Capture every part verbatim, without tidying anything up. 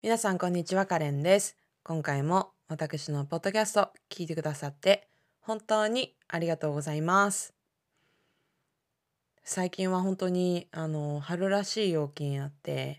皆さん、こんにちは。カレンです。今回も私のポッドキャスト聞いてくださって本当にありがとうございます。最近は本当にあの春らしい陽気になって、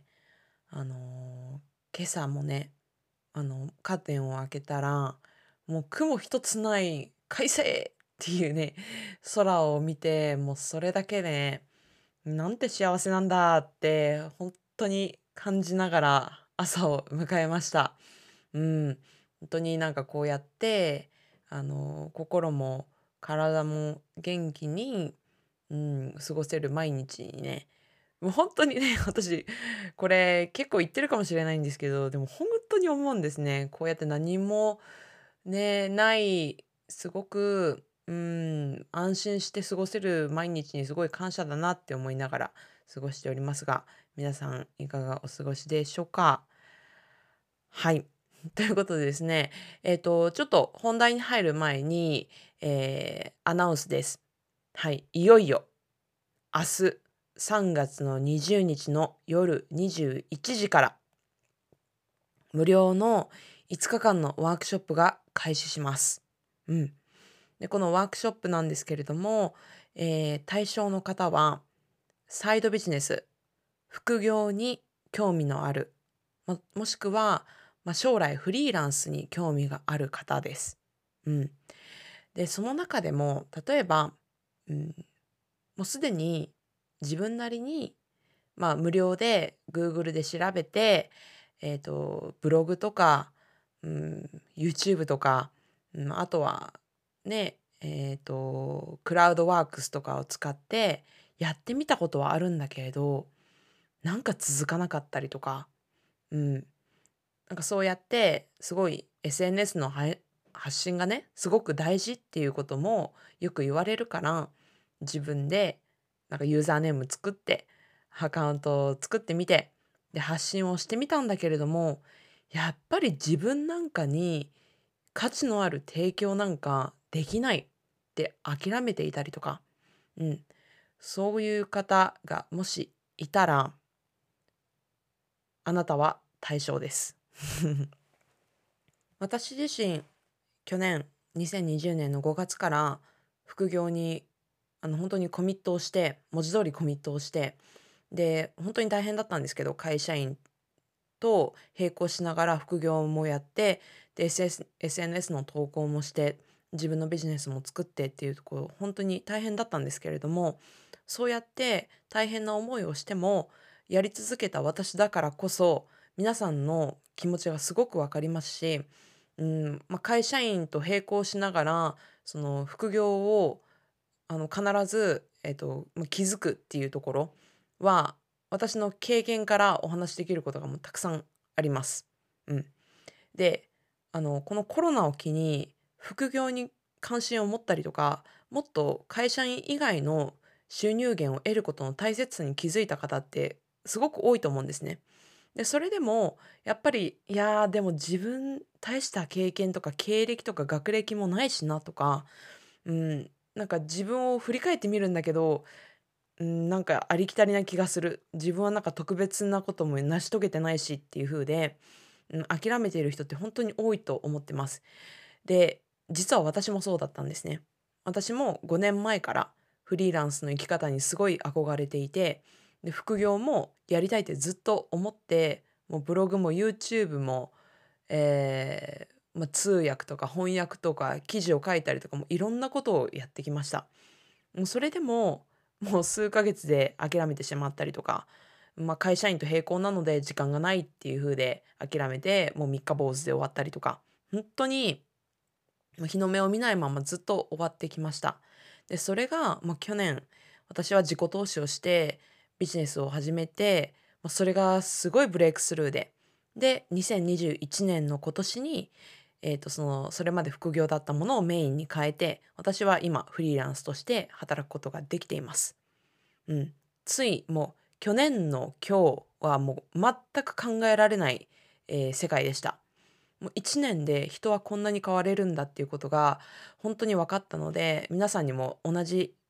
あの今朝もね、あのカーテンを開けたら、もう雲一つない快晴っていうね、空を見て、もうそれだけで、なんて幸せなんだって本当に感じながら朝を迎えました。うん、本当になんかこうやって、あの、心も体も元気に、うん、過ごせる毎日にね、もう本当にね、私、これ結構言ってるかもしれないんですけど、でも本当に思うんですね。こうやって何もね、ない、すごく、うん、安心して過ごせる毎日にすごい感謝だなって思いながら過ごしておりますが、皆さんいかがお過ごしでしょうか？はい。ということでですね、えっと、ちょっと本題に入る前に、えーアナウンスです。はい。いよいよ明日さんがつのにじゅうにちの夜にじゅういちじから無料のいつかかんのワークショップが開始します。うん。で、このワークショップなんですけれども、えー対象の方はサイドビジネス、副業に興味のある、ももしくは、まあ、将来フリーランスに興味がある方です。うん。で、その中でも、例えば、うん、もうすでに自分なりに、まあ、無料で Google で調べて、えっと、ブログとか、うん、YouTube とか、うん、あとはね、えっと、クラウドワークスとかを使ってやってみたことはあるんだけれど、なんか続かなかったりとか、うん、なんかそうやってすごい エスエヌエス のは発信がね、すごく大事っていうこともよく言われるから、自分でなんかユーザーネーム作って、アカウントを作ってみて、で、発信をしてみたんだけれども、やっぱり自分なんかに価値のある提供なんかできないって諦めていたりとか、うん、そういう方がもしいたら、あなたは対象です。私自身、去年、にせんにじゅうねんのごがつから副業に、あの、本当にコミットをして、文字通りコミットをして、で、本当に大変だったんですけど、会社員と並行しながら副業もやって、で、エスエス エスエヌエス の投稿もして、自分のビジネスも作ってっていうところ、本当に大変だったんですけれども、そうやって大変な思いをしても、やり続けた私だからこそ、皆さんの気持ちがすごくわかりますし、うん、まあ、会社員と並行しながら、その副業をあの、必ず、えっと、ま、気づくっていうところは、私の経験からお話しできることがもうたくさんあります。うん。で、あの、このコロナを機に、副業に関心を持ったりとか、もっと会社員以外の収入源を得ることの大切さに気づいた方ってすごく多いと思うんですね。で、それでもやっぱり、いや、でも自分大した経験とか経歴とか学歴もないしなとか、うん、なんか自分を振り返ってみるんだけど、うん、なんかありきたりな気がする。自分はなんか特別なことも成し遂げてないしっていう風で、うん、諦めている人って本当に多いと思ってます。で、実は私もそうだったんですね。私もごねんまえからフリーランスの生き方にすごい憧れていて、で、副業もやりたいってずっと思って、もうブログも YouTube も、えーまあ、通訳とか翻訳とか記事を書いたりとかもいろんなことをやってきました。もうそれでも、もう数ヶ月で諦めてしまったりとか、まあ、会社員と並行なので時間がないっていう風で諦めて、もう三日坊主で終わったりとか、本当にま、日の目を見ないままずっと終わってきました。で、それが、ま、去年、私は自己投資をしてビジネスを始めて、ま、それがすごいブレイクスルーで、で、にせんにじゅういちねんの今年に、えっと、その、それまで副業だったものをメインに変えて、私は今フリーランスとして働くことができています。うん。ついもう去年の今日はもう全く考えられない、えー世界でした。もういちねんで人はこんなに変われるんだっていうことが本当に分かったので、皆さんにも同じ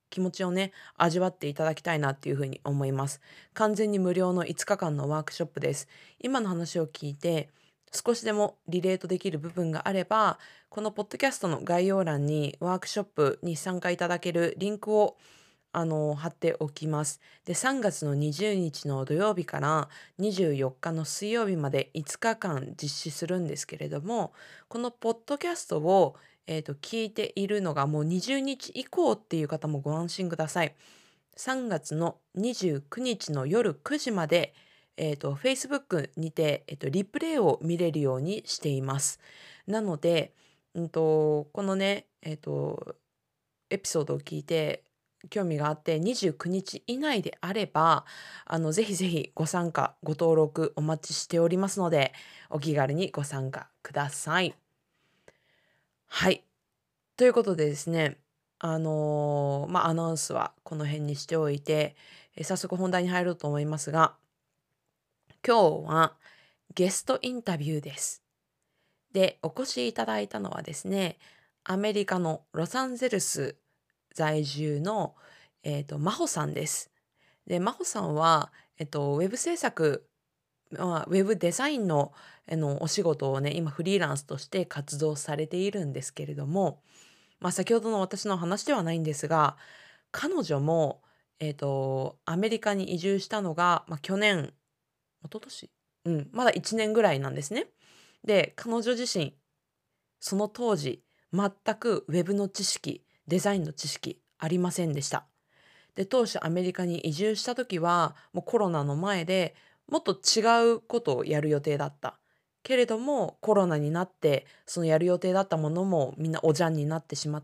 気持ちをね、味わっていただきたいなっていうふうに思います。完全に無料のいつかかんのワークショップです。今の話を聞いて、少しでもリレートできる部分があれば、このポッドキャストの概要欄にワークショップに参加いただけるリンクをあの貼っておきます。で、さんがつのにじゅうにちの土曜日からにじゅうよっかの水曜日までいつかかん実施するんですけれども、このポッドキャストを、えーと、聞いているのがもうにじゅうにち以降っていう方もご安心ください。さんがつのにじゅうくにちの夜くじまで、えーと、Facebook にて、えーと、リプレイを見れるようにしています。なので、うんと、このね、えーと、エピソードを聞いて興味があってにじゅうくにち以内であれば、あの、ぜひぜひご参加、ご登録お待ちしておりますので、お気軽にご参加ください。はい。ということでですね、あのーまあ、アナウンスはこの辺にしておいて、えー早速本題に入ろうと思いますが、今日はゲストインタビューです。で、お越しいただいたのはですね、アメリカのロサンゼルス在住の、えっと、真帆さんです。で、真帆さんは、えっと、ウェブ制作、まあ、ウェブデザインの、あの、お仕事をね、今フリーランスとして活動されているんですけれども、まあ、先ほどの私の話ではないんですが、彼女も、えっと、アメリカに移住したのが、まあ、去年、一昨年うん、まだいちねんぐらいなんですね。で、彼女自身、その当時、全くウェブの知識、デザインの知識ありませんでした。で、当初アメリカに移住した時は、もうコロナの前でもっと違うことをやる予定だった。けれども、コロナになって、そのやる予定だったものもみんなおじゃんになってしまって、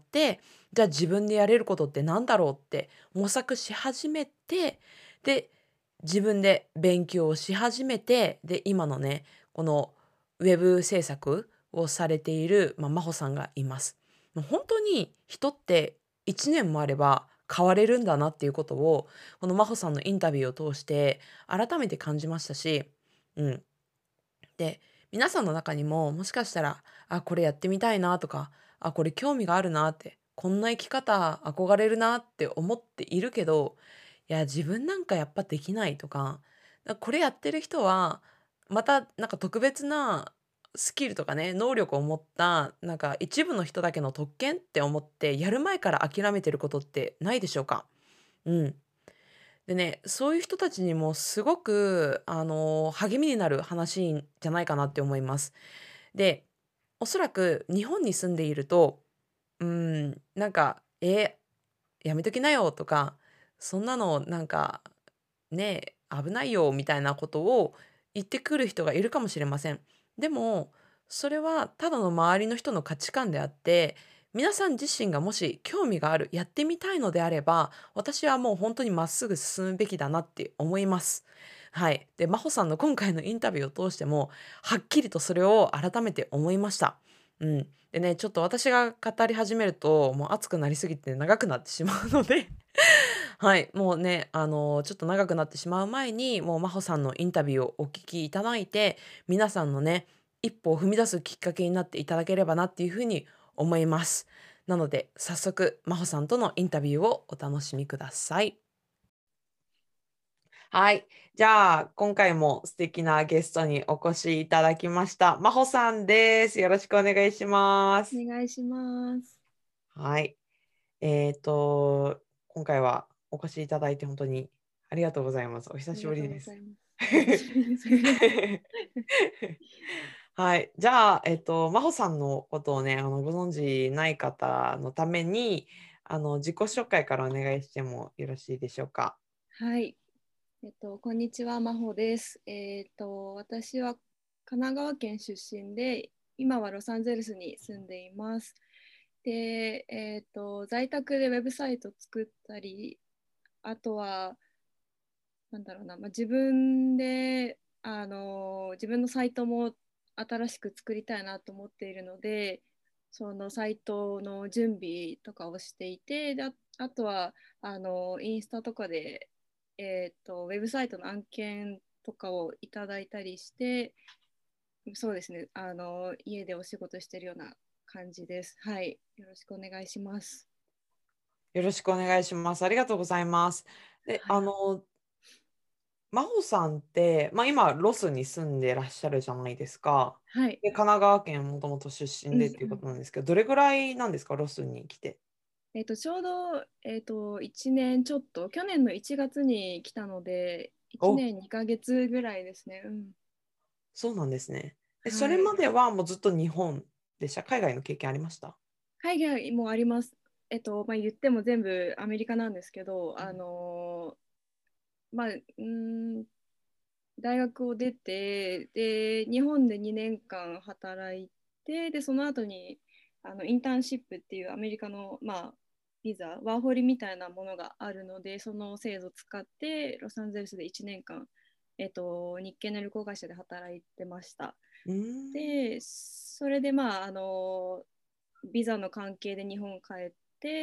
じゃあ自分でやれることってなんだろうって模索し始めて、で、自分で勉強をし始めて、で、今のね、このウェブ制作をされている、まあ、真帆さんがいます。もう本当に人っていちねんもあれば変われるんだなっていうことを、この真帆さんのインタビューを通して改めて感じましたし、うん。で、皆さんの中にももしかしたら、あ、これやってみたいなとか、あ、これ興味があるなって、こんな生き方憧れるなって思っているけど、いや、自分なんかやっぱできないとか、これやってる人は、またなんか特別なスキルとかね、能力を持った、なんか一部の人だけの特権って思って、やる前から諦めてることってないでしょうか？うん。でね、そういう人たちにもすごく、あの、励みになる話じゃないかなって思います。で、おそらく日本に住んでいると、うーん、なんか、「え、やめときなよ」とか、「そんなのなんか、ね、危ないよ」みたいなことを言ってくる人がいるかもしれません。でも、それはただの周りの人の価値観であって、皆さん自身がもし興味がある、やってみたいのであれば、私はもう本当にまっすぐ進むべきだなって思います。はい。で、真帆さんの今回のインタビューを通しても、はっきりとそれを改めて思いました。うん。でね、ちょっと私が語り始めると、もう熱くなりすぎて長くなってしまうのではい、もうね、あの、ちょっと長くなってしまう前に、もう真帆さんのインタビューをお聞きいただいて、皆さんのね、一歩を踏み出すきっかけになっていただければなっていうふうに思います。なので、早速、真帆さんとのインタビューをお楽しみください。はい。じゃあ、今回も素敵なゲストにお越しいただきました。真帆さんです。よろしくお願いします。 お願いします。 はい。えっと、今回はお越しいただいて本当にありがとうございます。お久しありがとうぶりです。 ございます。お久しぶりです。 はい。じゃあ、えっと、真帆さんのことをね、あの、ご存知ない方のために、あの、自己紹介からお願いしてもよろしいでしょうか。 はい。えっと、こんにちは、まほです。えっと、私は神奈川県出身で、今はロサンゼルスに住んでいます。で、えっと、在宅でウェブサイト作ったり、あとは、なんだろうな、まあ、自分で、あの、自分のサイトも新しく作りたいなと思っているので、そのサイトの準備とかをしていて、であ、あとは、あの、インスタとかで、えっと、ウェブサイトの案件とかをいただいたりして、そうですね、あの、家でお仕事してるような感じです。はい。よろしくお願いします。 よろしくお願いします。ありがとうございます。で、 はい。 あの、真帆さんって、まあ、今ロスに住んでらっしゃるじゃないですか。 はい。 で、神奈川県もともと出身うんでっていうこうん。 となんですけど、どれぐらいなんですか、ロスに来て。 えっと、ちょうど、えっと、いちねんちょっと、去年のいちがつに来たので、1 お、 年にかげつぐらいですね。うん。 そうなんですね。で、それはい。 まではもうずっと日本でした。海外の経験ありました？ 海外もあります。えっと、まあ、言っても全部アメリカなんですけど、あのーまあ、うーん、大学を出て、で、日本でにねんかん働いて、で、その後にあのインターンシップっていうアメリカの、まあ、ビザ、ワーホリみたいなものがあるので、その制度を使って、ロサンゼルスでいちねんかん、えっと、日系の旅行会社で働いてました。 うーん。 で、それで、まあ、あの、ビザの関係で日本帰って、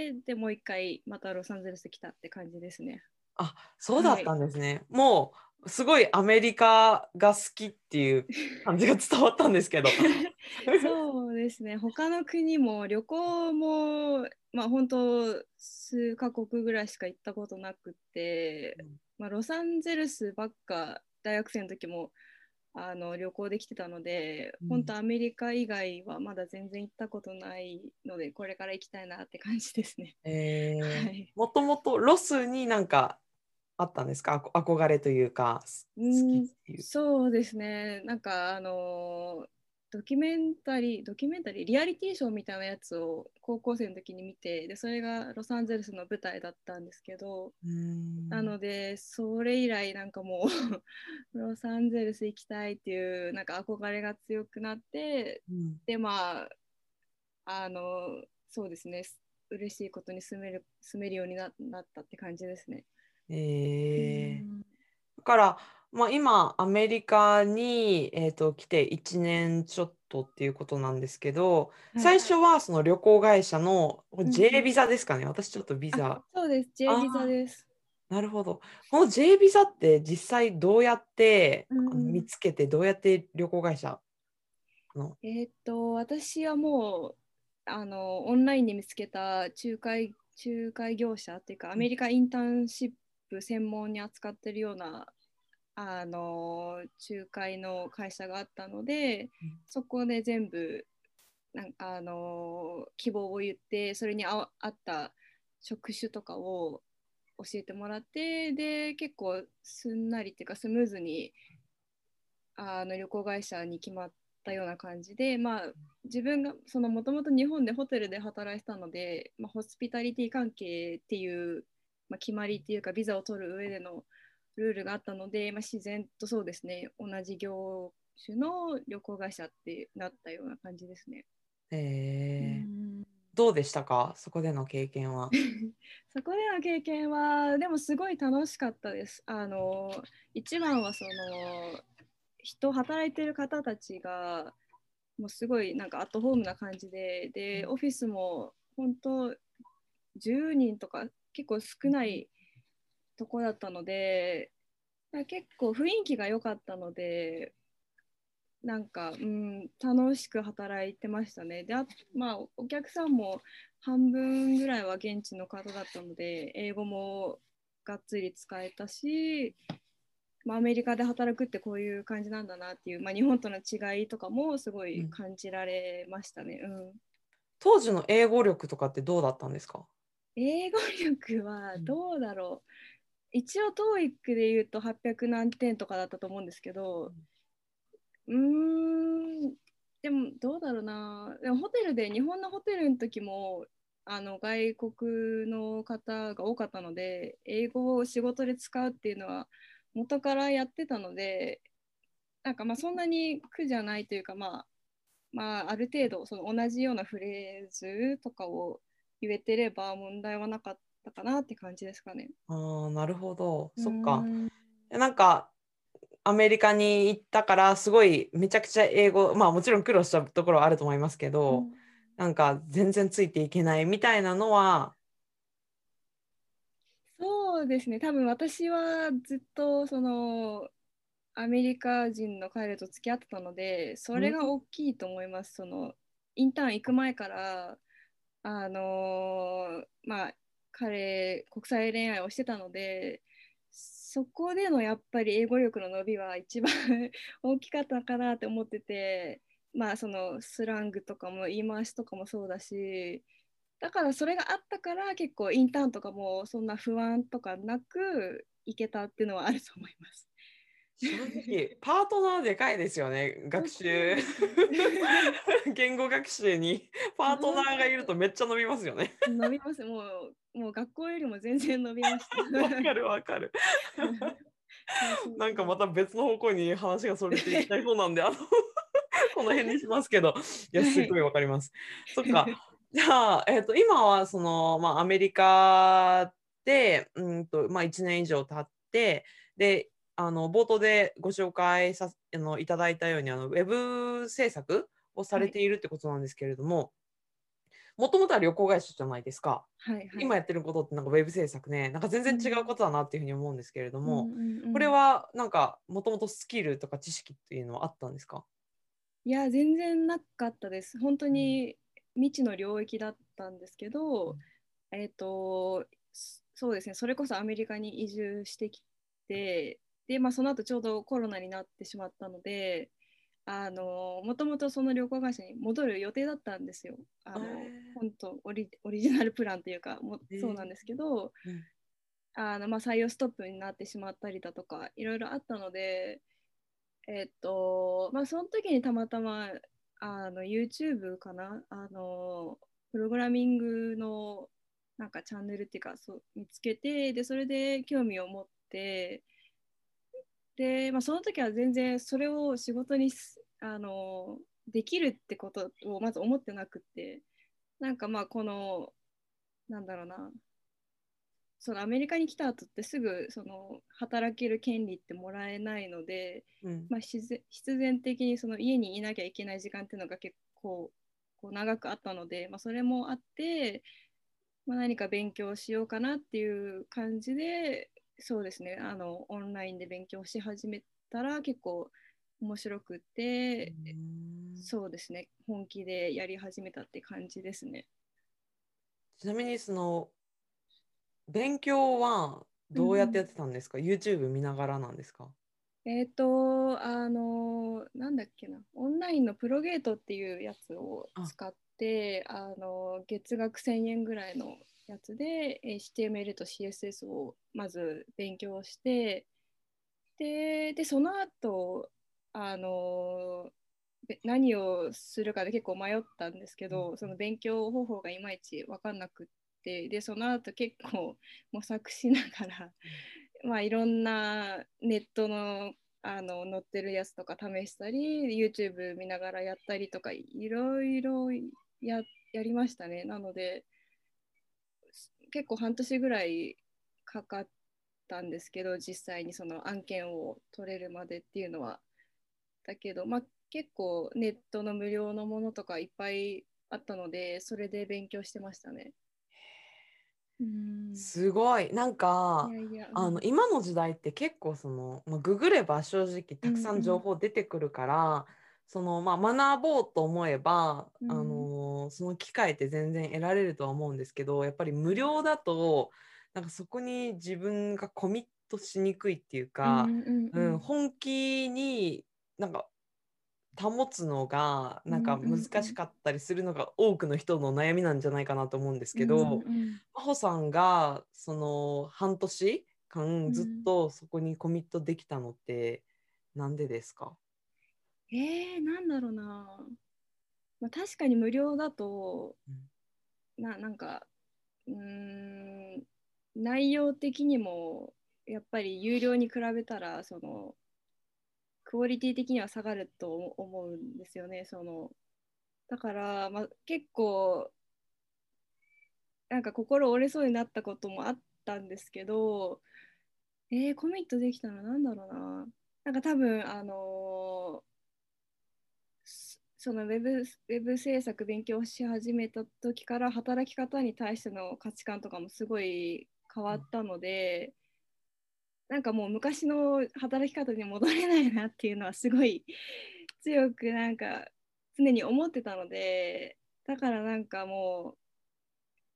で、もう一回またロサンゼルス来たって感じですね。 あ、そうだったはい。 んですね。もう、すごいアメリカが好きっていう感じが伝わったんですけど。 そうですね。他の国も旅行も、まあ本当数カ国ぐらいしか行ったことなくて、まあ、ロサンゼルスばっか大学生の時もあの旅行できてたので、 うん。 本当アメリカ以外はまだ全然行ったことないので、これから行きたいなって感じですね。はえー、 い。 もともとロスになんかあったんですか？あこ憧れというか、すう好きっん、 ていう。 そうですね。なんかあのードキュメンタリー、ドキュメンタリー、リアリティショーみたいなやつを高校生の時に見て、で、それがロサンゼルスの舞台だったんですけど、 うーん。 なので、それ以来なんかもうロサンゼルス行きたいっていうなんか憧れが強くなって、 うん。 で、まあ、あの、そうですね、嬉しいことに住める、住めるようにな、なったって感じですね。うえー、 ん。 だから、まあ、今、アメリカに、えーと、来ていちねんちょっとっていうことなんですけど、 はい。 最初はその旅行会社のうんう J ん。 ビザですかね。私ちょっとビあ、 ザ。 そうです。J あビザあ、 です。 なるほど。この J ビザって実際どうやってうんあの見うん。 つけて、どうやって旅行会社の。 えーっと、私はもう、あの、オンラインで見つけた仲介、仲介業者っていうか、アうん。 メリカインターンシップ専門に扱ってるような、あの、仲介の会社があったので、そこで全部、なんか、あの、希望を言って、それに合合った職種とかを教えてもらって、で、結構すんなりっていうか、スムーズに、あの旅行会社に決まったような感じで、まあ、自分がそのもともと日本でホテルで働いてたので、まあ、ホスピタリティ関係っていう、まあ、決まりっていうかビザを取る上でのルールがあったので、まあ、自然とそうですね、同じ業種の旅行会社ってなったような感じですね。うえー、 ん。 どうでしたか、そこでの経験は。 そこでの経験はでもすごい楽しかったです。あの一番はその人働いてる方たちがもうすごいなんかアットホームな感じで、で、オフィスも本当じゅうにんとか結構少ないとこだったので、結構雰囲気が良かったので、なんか、うん、楽しく働いてましたね。で、あ、まあ、お客さんも半分ぐらいは現地の方だったので、英語もがっつり使えたし、まあ、アメリカで働くってこういう感じなんだなっていう、まあ、日本との違いとかもすごいうん。 感じられましたね。うん。 当時の英語力とかってどうだったんですか？ 英語力はうん。 どうだろう。一応 トーイック で言うとはっぴゃく何点とかだったと思うんですけど、うーん、でもどうだろうな。でもホテルで、日本のホテルの時も、あの外国の方が多かったので、英語を仕事で使うっていうのは元からやってたので、なんかまあそんなに苦じゃないというか、まあ、まあ、ある程度その同じようなフレーズとかを言えてれば問題はなかったかなって感じですかね。 ああ、なるほど。 うーそっか。 ん。 なんか、アメリカに行ったから、すごいめちゃくちゃ英語、まあもちろん苦労したところはあると思いますけど、 うん。 なんか全然ついていけないみたいなのは。 そうですね。多分私はずっとそのアメリカ人の彼と付き合ってたので、それうん。 が大きいと思います。そのインターン行く前から、あのーまあ、 彼国際恋愛をしてたので、そこでのやっぱり英語力の伸びは一番大きかったかなって思ってて、まあそのスラングとかも言い回しとかもそうだし、だからそれがあったから結構インターンとかもそんな不安とかなく行けたっていうのはあると思います。 正直、パートナーでかいですよね、学大き習。 いですね。 言語学習にパートナーがいるとめっちゃ伸びますよね。 伸びます。もう、もう学校よりも全然伸びました。 わかるわかる。 そうそうなんかまそう。 た別の方向に話がそれていきたいそうなんで、あのこの辺にしますけど、いや、 はい。 すごいわかります。そっか。じゃあ、えっと、今はその、まあ、アメリカで、うんと、まあ、いちねん以上経って、で、あの、冒頭でご紹介さあの、いただいたように、あの、ウェブ制作をさはい。 れているってことなんですけれども、もともとは旅行会社じゃないですか。 はい。はい。 今やってることってなんかウェブ制作ね、なんか全然違ううん。 ことだなっていうふうに思うんですけれどうんうも、これんうん。 はなんかもともとスキルとか知識っていうのはあったんですか？ いや、全然なかったです。本当うん。 に未知の領域だったんですけど、 うん。 えっと、そそうですね、それこそアメリカに移住してきて、で、まあ、その後ちょうどコロナになってしまったので、あの、もともとその旅行会社に戻る予定だったんですよ。あえの、 ー、 本当オリ、オリジナルプランというか、もえー、 そうなんですけど、 うん。 あの、まあ、採用ストップになってしまったりだとか、いろいろあったので、えっと、まあ、その時にたまたま、あの、YouTube かな、あの、プログラミングの、なんかチャンネルっていうか、そう見つけて、で、それで興味を持って、で、まあ、その時は全然それを仕事にすあのできるってことをまず思ってなくて、なんかまあこのなんだろうな、そのアメリカに来た後ってすぐその働ける権利ってもらえないので、 うん。 まあ、自然必然的にその家にいなきゃいけない時間っていうのが結構こう長くあったので、まあ、それもあって、まあ、何か勉強しようかなっていう感じで、そうですね、あのオンラインで勉強し始めたら結構面白くうーて、 ん。 そうですね、本気でやり始めたって感じですね。 ちなみにその勉強はうんうん。 どうやってやってたんですか？ YouTube 見ながらなんですか？ えっと、あの、なんだっけな、オンラインのプロゲートっていうやつをあ、 使って、あの、月額せんえんぐらいのやつで、エイチティーエムエル と シーエスエス をまず勉強して、で、で、その後、あの、べ何をするかで結構迷ったんですけうん。 ど、その勉強方法がいまいち分かんなくって、で、その後結構模索しながら、まあ、いろんなネットの、あの載ってるやつとか試したり、YouTube 見ながらやったりとか、いろいろや、やりましたね。なので、結構半年ぐらいかかったんですけど、実際にその案件を取れるまでっていうのは。だけど、まあ、結構ネットの無料のものとかいっぱいあったので、それで勉強してましたね。うん。 すごい。なんか、 いやいや、うあの、 ん。 今の時代って結構その、まあ、ググれば正直うたくさん情んうん報出てくるから、その、まあ、学ぼうと思えば、あうん。 のーその機会って全然得られるとは思うんですけど、やっぱり無はい。 料だと、なんかそこに自分がコミットしにくいっていうか、 うんうんううん、 ん。 本気になんか保つのがうんうなんか難んうん。 しかったりするのが多くの人の悩みなんじゃないかなと思うんですうんうけど、 ん真帆さんがその半年間ずっうん。 とそこにコミットできたのってなんでですか？ えー、なんだろうな。まあ、確かに無料だと、 うん。 な、なんか、うーん、内容的にも、やっぱり有料に比べたら、その、クオリティ的には下がると思うんですよね。その、だから、まあ、結構、なんか心折れそうになったこともあったんですけど、えー、コミットできたのなんだろうな。なんか多分、あのーそのウェブ、ウェブ制作勉強し始めた時から働き方に対しての価値観とかもすごい変わったので、なんかもう昔の働き方に戻れないなっていうのはすごい強くなんか常に思ってたので、だからなんかもう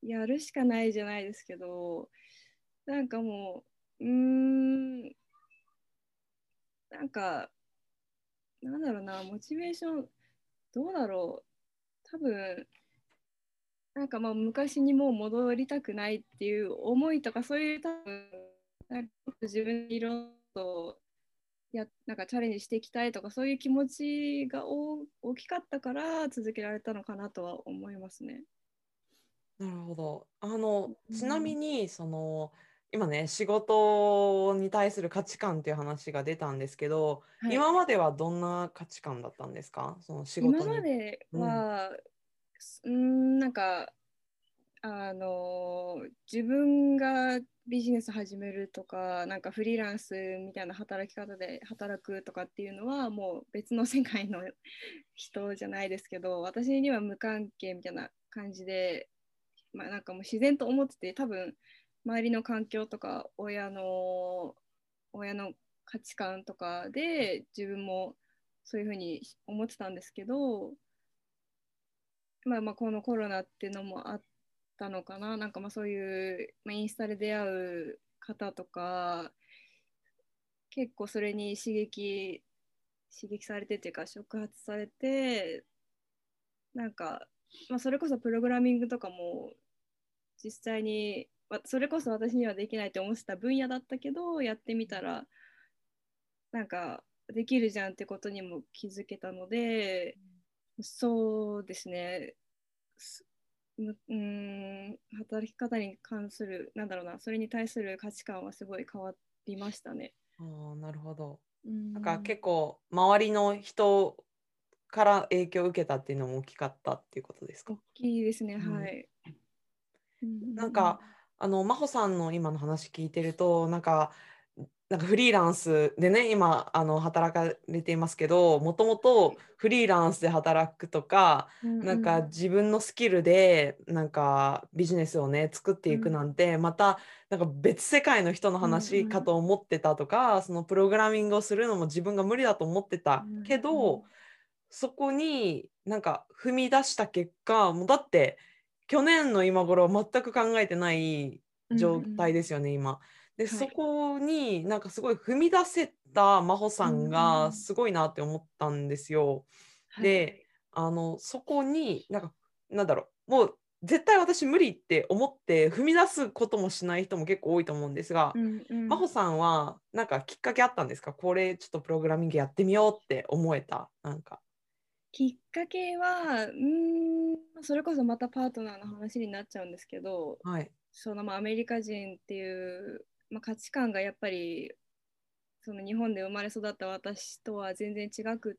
やるしかないじゃないですけど、なんかもう、うーん、なんか、なんだろうな、モチベーション、どうだろう。多分、なんかまあ昔にもう戻りたくないっていう思いとか、そういう多分、なんか自分にいろいろとや、なんかチャレンジしていきたいとか、そういう気持ちが大大きかったから続けられたのかなとは思いますね。 なるほど。あの、ちなみうん、 に、その、今ね、仕事に対する価値観っていう話が出たんですけど、 はい。 今まではどんな価値観だったんですか？その仕今事に。 までうん。 は、うーん、なんか、あの自分がビジネス始めるとか、なんかフリーランスみたいな働き方で働くとかっていうのはもう別の世界の人じゃないですけど、私には無関係みたいな感じで、まあ、なんかもう自然と思ってて、多分周りの環境とか親の親の価値観とかで自分もそういうふうに思ってたんですけど、まあ、まあこのコロナっていうのもあったのかな、なんかまあそういう、まあ、インスタで出会う方とか、結構それに刺激、刺激されてっていうか、触発されて、なんか、まあ、それこそプログラミングとかも実際に、それこそ私にはできないと思ってた分野だったけど、やってみたら、なんかできるじゃんってことにも気づけたので、そうですね。うーん、働き方に関する、なんだろうな、それに対する価値観はすごい変わりましたね。 ああ、なるほど。 うーなんかん、 結構周りの人から影響を受けたっていうのも大きかったっていうことですか？ 大きいですね、 うん。 はい。うんうんなんか、あの、真帆さんの今の話聞いてると、なんか、なんかフリーランスでね、今、あの、働かれていますけど、もともとフリーランスで働くとか、 うんなんうんか自分のスキルで、なんかビジネスをね、作っていくうんなんて、また、なんか別世界の人のうん話かうんと思ってたとか、そのプログラミングをするのも自分が無理だと思ってたうんけど、そこになんか踏み出した結果、もうだって去年の今頃全く考えてないうんう状態ん、 ですよね、今。で、そはい。 こになんかすごい踏み出せた真帆うんうさんがん、 すごいなって思ったんですよ。 はい。 で、あの、そこになんか、なんだろう、もう絶対私無理って思って踏み出すこともしない人も結構多いと思うんですが、 うんうん、 真帆さんはなんかきっかけあったんですか？これちょっとプログラミングやってみようって思えた、なんか。 きっかけは、うーん、それこそまたパートナーの話になっちゃうんですけど、 はい。 そのまあアメリカ人っていう、まあ、価値観がやっぱりその日本で生まれ育った私とは全然違くって、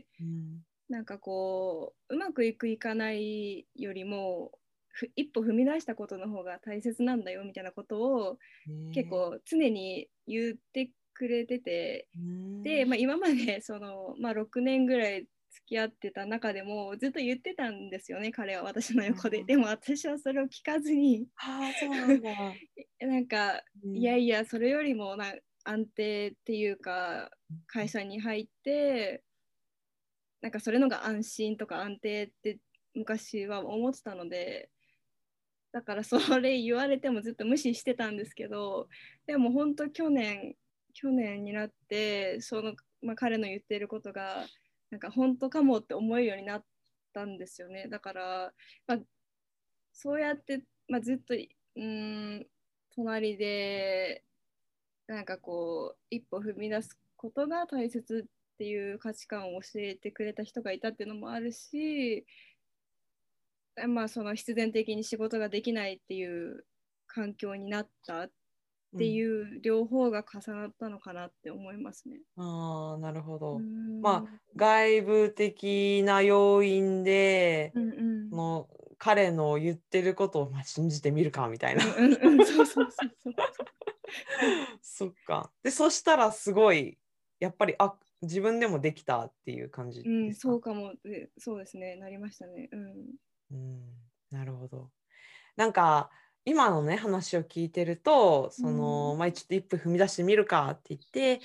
うん。 なんかこううまくいくいかないよりもふ一歩踏み出したことの方が大切なんだよみたいなことを結ねえ。 構常に言ってくれてて、 うーで、 ん。 まあ、今までその、まあ、ろくねんぐらい付き合ってた中でもずっと言ってたんですよね、彼は私の横で。でも私はそれを聞かずにああ、そうなんだ。 なんか、 うん。 いやいや、それよりもな安定っていうか、会社に入って、なんかそれのが安心とか安定って昔は思ってたので、だからそれ言われてもずっと無視してたんですけど、でも本当去年、去年になって、その、まあ、彼の言っていることが、なんか本当かもって思えるようになったんですよね。だから、まあ、そうやって、まあ、ずっと、うん、隣で、なんかこう一歩踏み出すことが大切っていう価値観を教えてくれた人がいたっていうのもあるし、まあその必然的に仕事ができないっていう環境になったってうん。 いう両方が重なったのかなって思いますね。 ああ、なるほうーど。まあ、 ん、 外部的な要因で、 うんうんその、彼の言ってることを、まあ、信じてみるかみたいな。 うんうんうん、そうそうそうそうそう。 そっか。で、そしたらすごい、やっぱり、あ、自分でもできたっていう感じうん、 ですか？ そうかも、でそうですね、なりましたね。うん。 うん、なるほど。なんか、今のね、話を聞いてると、 うんその、まあ、ちょっと一歩踏み出してみるかって言って、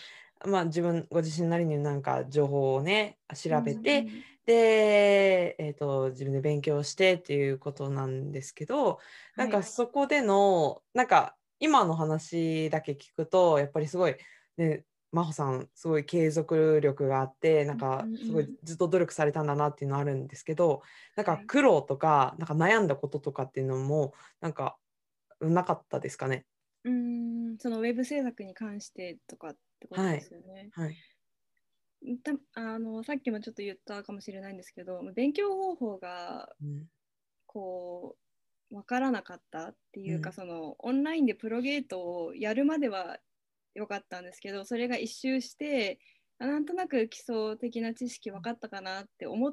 まあ、自分ご自身なりになんか情報をね、 う調べて、 んで、えっと、自分で勉強してっていうことなんですけど、なんかはい。 そこでの、なんか今の話だけ聞くと、やっぱりすごい、ね、真帆さんすごい継続力があって、なんうんかすごいうん。 ずっと努力されたんだなっていうのはあるんですけど、なんかはい。 苦労とか、なんか悩んだこととかっていうのも、なんかなかったですかね？ うーん、そのウェブ制作に関してとかってことではい。 すよね。 はい。 たあのさっきもちょっと言ったかもしれないんですけど、勉強方法がうん。 こう分からなかったっていうか、 うん。 そのオンラインでプロゲートをやるまでは良かったんですけど、それが一周してあなんとなく基礎的な知識分かったかなって思って、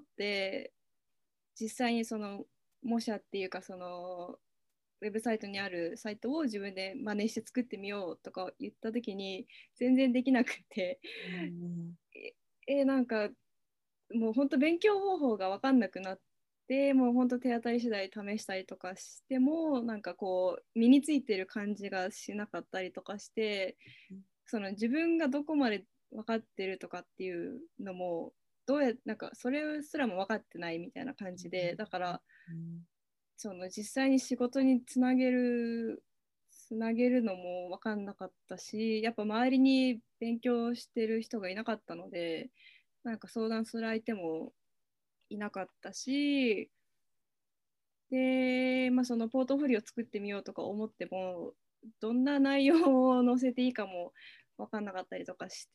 実際にその模写っていうか、そのウェブサイトにあるサイトを自分で真似して作ってみようとか言った時に全然できなくて、 うん。 ええなんかもう本当勉強方法が分かんなくなって、もう本当手当たり次第試したりとかしてもなんかこう身についてる感じがしなかったりとかして、その自分がどこまで分かってるとかっていうのもどうやなんかそれすらも分かってないみたいな感じで、だからうん。 その実際に仕事につなげるつなげるのも分かんなかったし、やっぱ周りに勉強してる人がいなかったので、なんか相談する相手もいなかったし、で、まあ、そのポートフォリオ作ってみようとか思っても、どんな内容を載せていいかも分かんなかったりとかして、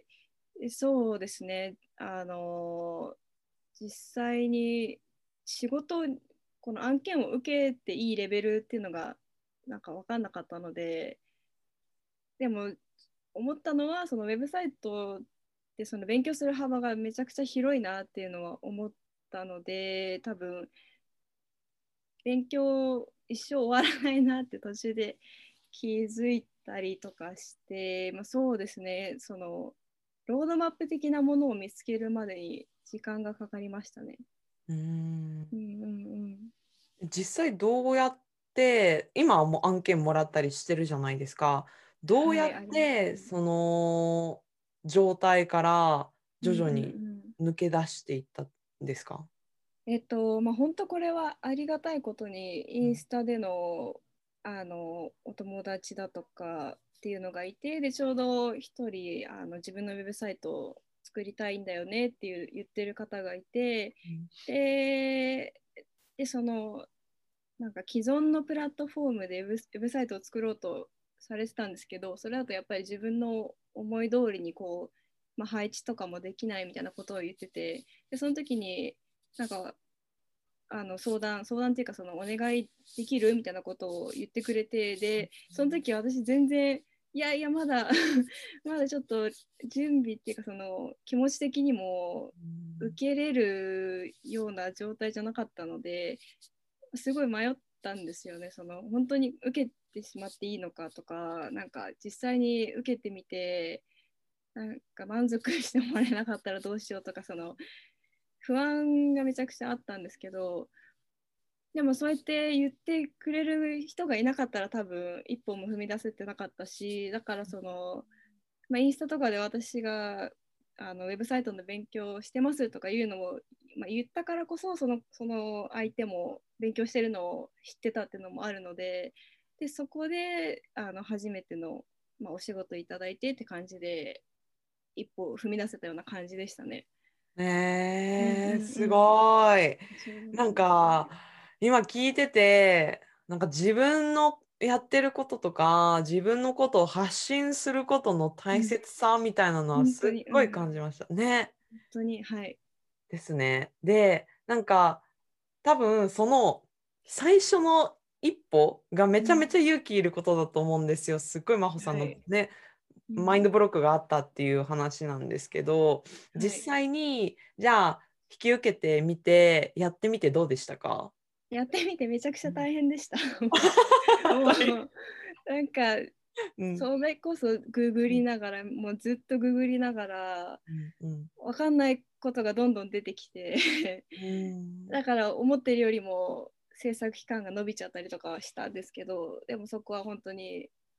そうですね、あの、実際に仕事、この案件を受けていいレベルっていうのがなんか分かんなかったので、でも思ったのは、そのウェブサイトでその勉強する幅がめちゃくちゃ広いなっていうのは思ったので、多分勉強一生終わらないなって途中で気づいたりとかして、まあ、そうですね、そのロードマップ的なものを見つけるまでに時間がかかりましたね。 うーん。 うんうん実際どうやって、今はもう案件もらったりしてるじゃないですか。どうはい、 やっありますね。 てその状態からうんうんう徐々にん。 抜け出していったんですか？ えっと、まあ、本当これはありがたいことに、インスタでの、あのお友達だとかっていうのがいて、で、ちょうど一人あの自分のウェブサイトを作りたいんだよねっていう言ってる方がいて、 うん。 で、でそのなんか既存のプラットフォームでウェブ、ウェブサイトを作ろうとされてたんですけど、それだとやっぱり自分の思い通りにこう、まあ、配置とかもできないみたいなことを言ってて、でその時になんかあの相談相談っていうか、そのお願いできるみたいなことを言ってくれて、でその時私全然いやいやまだまだちょっと準備っていうか、その気持ち的にも受けれるような状態じゃなかったので、すごい迷ったんですよね。その本当に受けてしまっていいのかとか、なんか実際に受けてみてなんか満足してもらえなかったらどうしようとか、その不安がめちゃくちゃあったんですけど、でもそうやって言ってくれる人がいなかったら多分一歩も踏み出せてなかったし、だからその、まあ、インスタとかで私があのウェブサイトの勉強してますとかいうのを、まあ、言ったからこそ、そのその相手も勉強してるのを知ってたっていうのもあるので、でそこであの初めての、まあ、お仕事いただいてって感じで一歩踏み出せたような感じでしたね。うんうねえ、すんうん。 ごい。 そうなんなんですよ。 か、今聞いてて、なんか自分のやってることとか、自分のことを発信することの大うん、 切さみたいなのはすっ本当に、うごいん、 感じました。ね。 本当に、はい。 ですね。で、なんか、多分その最初の一歩がめうん、 ちゃめちゃ勇気いることだと思うんですよ。すっごい真帆さんはい。 のね、 うん、 マインドブロックがあったっていう話なんですけど、 はい。 実際にじゃあ引き受けてみて、やってみてどうでしたか？ やってみてめちゃくちゃうん。 大変でした。もう、 はい。 なんか、 うん。 それこそググうん。 りながら、もうずっとググりながら、 うんうん。 わかんないことがどんどん出てきてうーん。 だから思ってるよりも制作期間が伸びちゃったりとかはしたんですけど、でもそこは本当に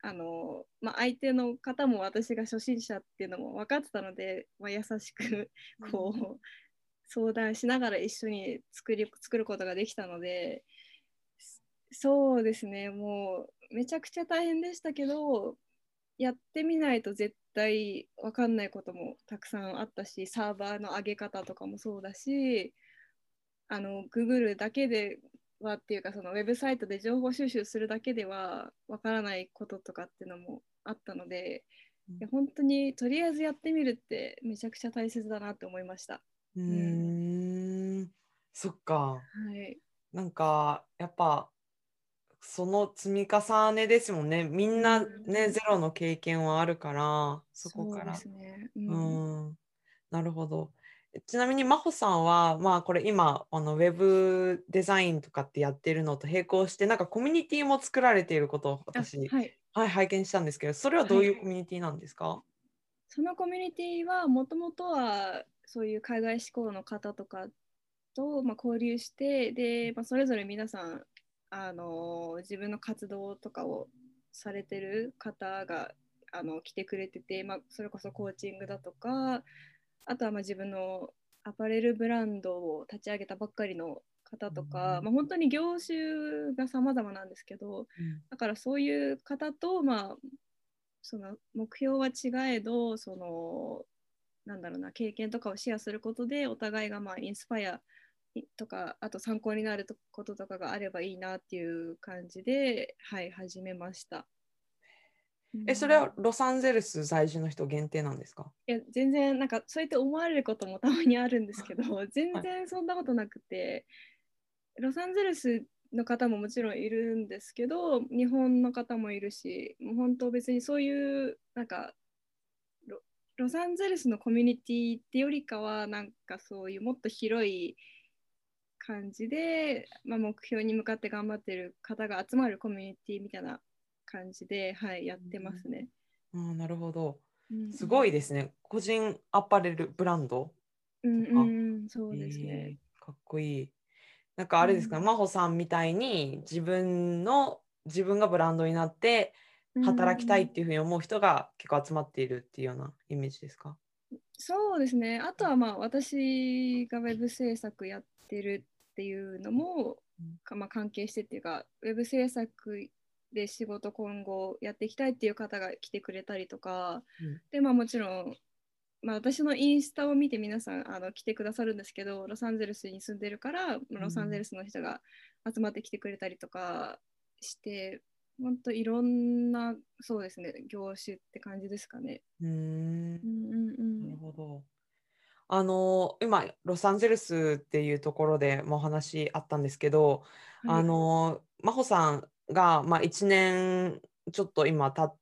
あの、まあ、相手の方も私が初心者っていうのも分かってたので、まあ、優しくこう相談しながら一緒に作り作ることができたので、そうですね、もうめちゃくちゃ大変でしたけど、やってみないと絶対分かんないこともたくさんあったし、サーバーの上げ方とかもそうだし、あの Google だけではっていうか、そのウェブサイトで情報収集するだけでは分からないこととかっていうのもあったので、いや本当にとりあえずやってみるってめちゃくちゃ大切だなって思いました。 ううん、 ーん、そっか。 はい、 なんか、やっぱ、その積み重ねですもんね。みんうなね、 ん、 ゼロの経験はあるから、そこそうでから。 すね。ううん、 ん、なるほど。えちなみに真帆さんは、まあ、これ今、あの、ウェブデザインとかってやってるのと並行して、なんかコミュニティも作られていることをあ、 私、 はい、 はい、拝見したんですけど、それはどはい。 ういうコミュニティなんですか？ そのコミュニティはもともとはそういう海外志向の方とかと、まあ、交流して、で、まあ、それぞれ皆さん、あの自分の活動とかをされてる方があの来てくれてて、まあ、それこそコーチングだとか、あとはまあ自分のアパレルブランドを立ち上げたばっかりの方うとか、 ん、 まあ、本当に業種が様々なんですけど、 うん、 だからそういう方と、まあ、その目標は違えど、そのなんだろうな、経験とかをシェアすることで、お互いがまあインスパイアとか、あと参考になることとかがあればいいなっていう感じで、はい、始めました。うえ、それん、 はロサンゼルス在住の人限定なんですか？ いや、全然、なんか、そうやって思われることもたまにあるんですけど、全はい。 然そんなことなくて、ロサンゼルスの方ももちろんいるんですけど、日本の方もいるし、もう本当別にそういう、なんか、ロ、ロサンゼルスのコミュニティってよりかは、なんかそういうもっと広い感じで、まあ、目標に向かって頑張ってる方が集まるコミュニティみたいな感じで、はい、やってますね。 うん、なるほど。 うんすごいですね。個人アパレルブランドうん。 とか。 うんうん、そえうですね。 ー、かっこいい。なんかあれですか、 うん。 真帆さんみたいに自分の、自分がブランドになってう働きたいっん、 ていうふうに思う人が結構集まっているっていうようなイメージですか？ そうですね。あとはまあ私がウェブ制作やってるっていうのも、 うんかまあ、関係してっていうか、ウェブ制作で仕事今後やっていきたいっていう方が来てくれたりとか、 うんで、まあもちろん、まあ、私のインスタを見て皆さんあの来てくださるんですけど、ロサンゼルスに住んでるから、ロサンゼルスの人が集まってきてくれたりとかして、本当いろんな、そうですね、業種って感じですかね。 うーん、 うんうんうなるん。 ほど。あの、今、ロサンゼルスっていうところでもお話あったんですけど、あはい。 の、真帆さんが、まあ、いちねんちょっと今経って、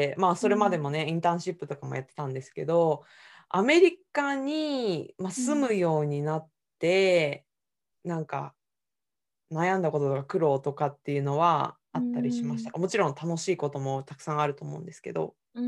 まあ、それまでうんもね、インターンシップとかもやってたんですけど、アメリカに、まあ、 うん。 住むようになって、なんか悩んだこととか苦労とかっていうのはうあったりしましたんか？もちろん楽しいこともたくさんあると思うんですけど。 うん。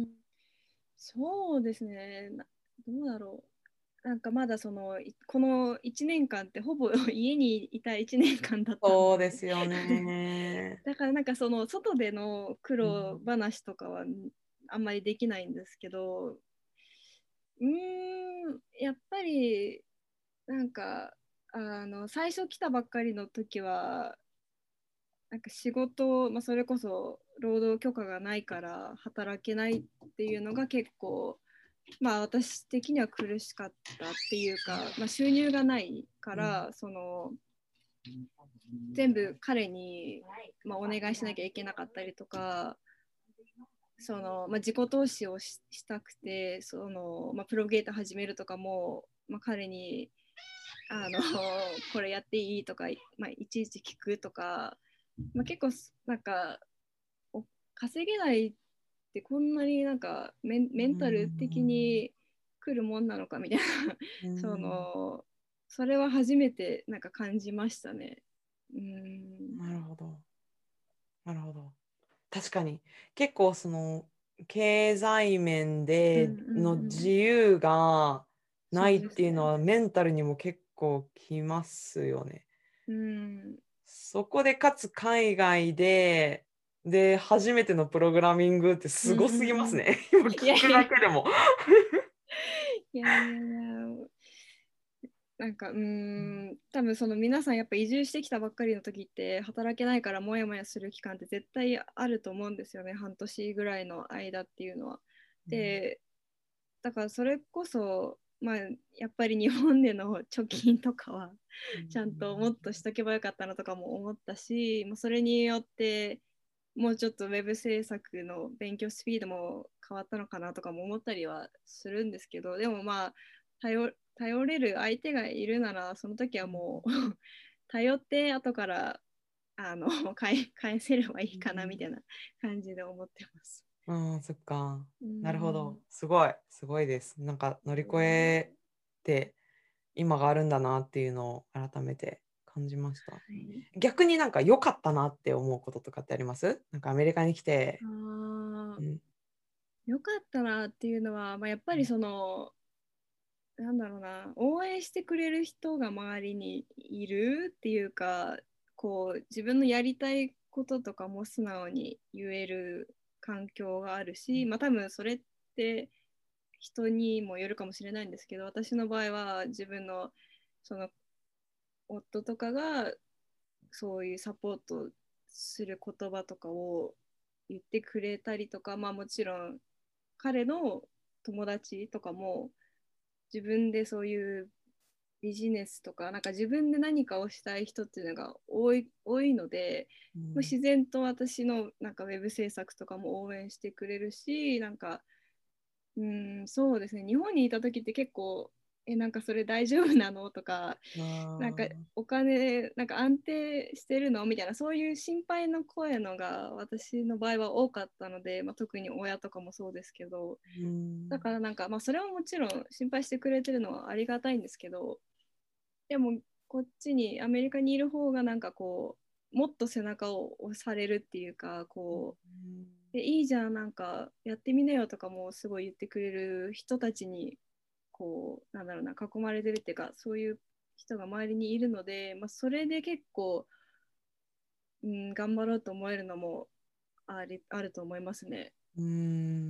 そうですね。などうだろう。なんかまだその、いこのいちねんかんってほぼ家にいたいちねんかんだったのそうで、 ですよね。 だからなんかその外での苦うん、 労話とかはあんまりできないんですけど、うーん、やっぱりなんかあの最初来たばっかりの時はなんか仕事、まあ、それこそ労働許可がないから働けないっていうのが結構、まあ、私的には苦しかったっていうか、まあ、収入がないかうん、 らその全部彼に、まあ、お願いしなきゃいけなかったりとか、その、まあ、自己投資をししたくてその、まあ、プロゲーター始めるとかも、まあ、彼にあのこれやっていいとか、まあ、いちいち聞くとか、まあ、結構なんかお稼げないってこんなになんかメンうメンタル的ん、 に来るもんなのかみたいなうそん、 のそれは初めてなんか感じましたね。うん。 なるほど。なるほど。確かに、結構その、経済面うんでの自うんうん。 由がなそいっうですね。 ていうのはメンタルにも結構きますよね。 うん。 そこでかつ海外で、 で初めてのプログラミングってすごすぎますね。今聞くいやいやだけでも。 いやいやいや、なんかうーん、多分その皆さんやっぱ移住してきたばっかりの時って働けないからモヤモヤする期間って絶対あると思うんですよね、半年ぐらいの間っていうのは。で、だからそれこそ、まあ、やっぱり日本での貯金とかはちゃんともっとしとけばよかったなとかも思ったし、まあ、それによってもうちょっとウェブ制作の勉強スピードも変わったのかなとかも思ったりはするんですけど、でもまあ頼頼れる相手がいるならその時はもう頼って後からあの返返せればいいかなみたいな感じで思ってます。 うん、そっか。 うなるほど。 んすごい、すごいです。なんか乗り越えて今があるんだなっていうのを改めて感じました。 はい、 逆になんか良かったなって思うこととかってあります？なんかアメリカに来て。 あうん。 よかったなっていうのは、まあ、やっぱりそのなんだろうな、応援してくれる人が周りにいるっていうか、こう自分のやりたいこととかも素直に言える環境があるし、まあ多分それって人にもよるかもしれないんですけど、私の場合は自分のその夫とかがそういうサポートする言葉とかを言ってくれたりとか、まあもちろん彼の友達とかも自分でそういうビジネスとか、なんか自分で何かをしたい人っていうのが多い多いので、もううん自然と私のなんかウェブ制作とかも応援してくれるし、なんか、うん、そうですね、日本にいた時って結構、え、なんかそれ大丈夫なのとか、 あなんかーお金、なんか安定してるのみたいな、そういう心配の声のが私の場合は多かったので、まあ、特に親とかもそうですけど、 うんだからなんか、まあ、それはもちろん心配してくれてるのはありがたいんですけど、でもこっちにアメリカにいる方がなんかこうもっと背中を押されるっていうか、こうでいいじゃん、なんかやってみなよとかもすごい言ってくれる人たちにこうなんだろうな、囲まれてるっていうか、そういう人が周りにいるので、まあ、それで結構、うん、頑張ろうと思えるのもありあると思いますね。 うん、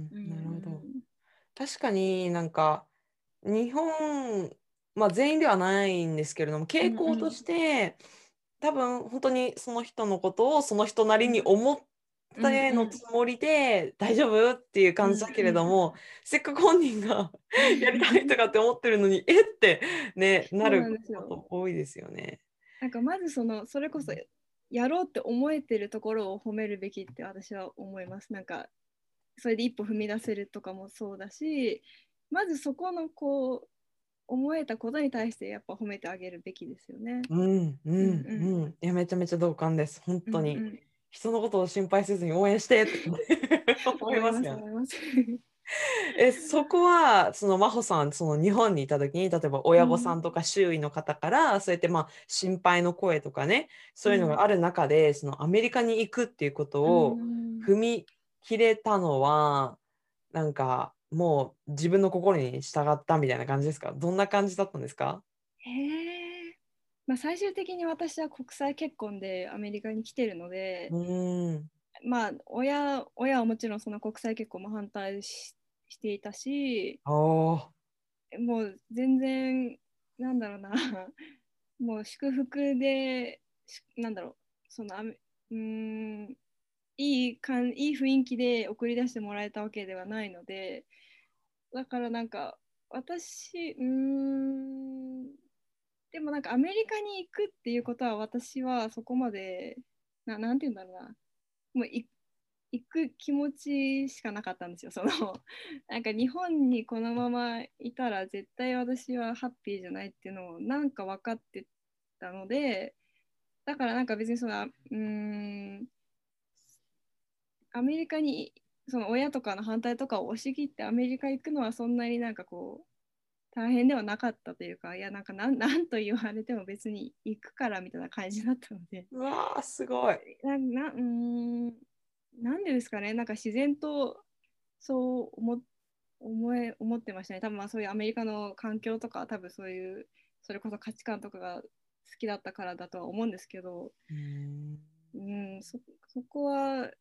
うなるほど。 ん確かになんか日本、まあ全員ではないんですけれども、 うんう傾向とんして多分本当にその人のことをその人なりに思っうんてのうんつもりで大丈夫っていううん感じだけれうんども、せっかく本人がうやりたいんとかって思ってるのに、えってね、なそうなるんですよ。 こと多いですよね。 なんかまずそのそれこそやろうって思えてるところを褒めるべきって私は思います。なんかそれで一歩踏み出せるとかもそうだし、まずそこのこう思えたことに対してやっぱ褒めてあげるべきですよね。 うんううんうんんうん。いや、めちゃめちゃ同感です。本うん当に。 うん。 人のことを心配せずに応援してって思い思いますよね。 ます思います。 え、そこは、その真帆さん、その日本にいた時に、例えばうん、 親御さんとか周囲の方から、そうやってまあ心配の声とかね、そういうのがうん、 ある中で、そのアメリカに行くっていうことうをん。 踏み切れたのは、なんかもう自分の心に従ったみたいな感じですか？どんな感じだったんですか？ へえ。まあ最終的に私は国際結婚でアメリカに来てるので、 うーん。 まあ親、親はもちろんその国際結婚も反対し、していたし、 おー。 もう全然、なんだろうな、もう祝福で、しなんだろう、そのあめ、うーん、いいかん、いい雰囲気で送り出してもらえたわけではないので、だからなんか、私、うーん、でもなんかアメリカに行くっていうことは私はそこまで、な、なんて言うんだろうな、もうい行く気持ちしかなかったんですよ。そのなんか日本にこのままいたら絶対私はハッピーじゃないっていうのをなんか分かってたので、だからなんか別にその、うーん、アメリカにその親とかの反対とかを押し切ってアメリカ行くのはそんなになんかこう大変ではなかったというか、いやなんかなん、なんと言われても別に行くからみたいな感じだったので、 うわー、すごい。 な、な、うーん、なんでですかね、なんか自然とそう思、思え、思ってましたね。多分まあそういうアメリカの環境とか、多分そういう、それこそ価値観とかが好きだったからだとは思うんですけど、 うーん。 うん、そ、そこは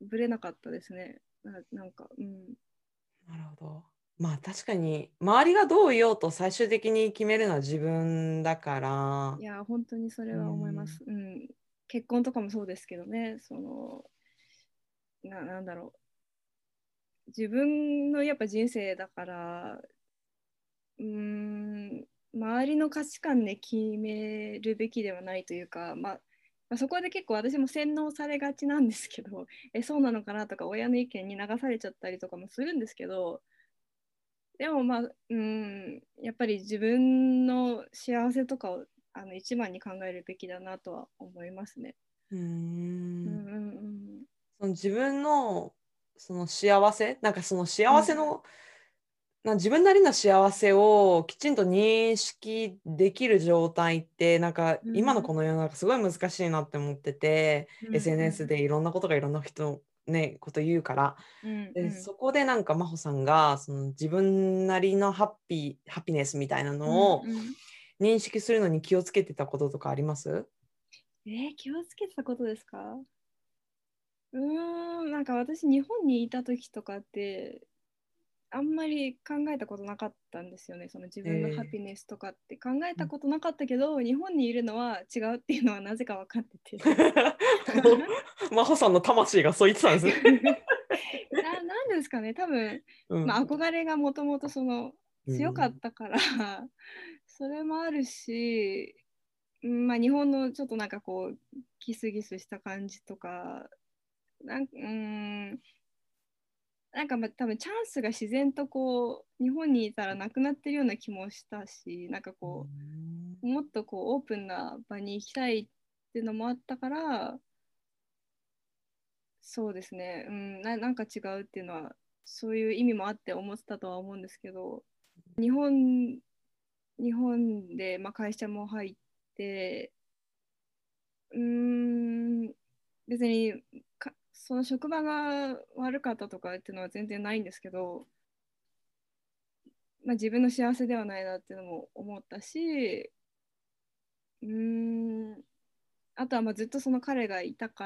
ぶれなかったですね。な、なんか、うん。 なるほど。まあ確かに周りがどう言おうと最終的に決めるのは自分だから。 いや、本当にそれうは思いまん。 す。うん。結婚とかもそうですけどね、その、な、なんだろう。自分のやっぱ人生だから、うーん、周りの価値観で決めるべきではないというか、まあ、まあそこで結構私も洗脳されがちなんですけど、え、そうなのかなとか、親の意見に流されちゃったりとかもするんですけど、でもまあ、うん、やっぱり自分の幸せとかをあの一番に考えるべきだなとは思いますね。 うーん。 うんうんその自分のその幸せ、なんかそのうん。 幸せの、な自分なりの幸せをきちんと認識できる状態って、なんか今のうんこの世の中すごい難しいなって思ってて、 うんうエスエヌエスんでいろんなことがいろんな人ね、こと言うから。 うんうで、 んそこでなんか真帆さんがその自分なりのハッピー、ハピネスみたいなうんのをうん。 認識するのに気をつけてたこととかあります？ えー、気をつけてたことですか？うーん、なんか私、日本にいた時とかって、あんまり考えたことなかったんですよね。その自分のハえピネスとかって考えーうんたことなかったけど、日本にいるのは違うっていうのはなぜか分かってて。 もう真帆さんの魂がそう言ってたんですね。 な、なんですかね、多分、まあ、 うん。 憧れがもともとその強かっうん。 たからそれもあるし、うんまあ、日本のちょっとなんかこう、ギスギスした感じとか、なんうーん、なんかまあ多分チャンスが自然とこう日本にいたらなくなってるような気もしたし、なんかうこん。 うもっとこうオープンな場に行きたいっていうのもあったから、そうですね、うん、な、なんか違うっていうのはそういう意味もあって思ってたとは思うんですけど、日本、日本で、まあ、会社も入って、うーん、別にかその職場が悪かったとかっていうのは全然ないんですけど、まあ、自分の幸せではないなっていうのも思ったし、うーん、あとはまあずっとその彼がいたから、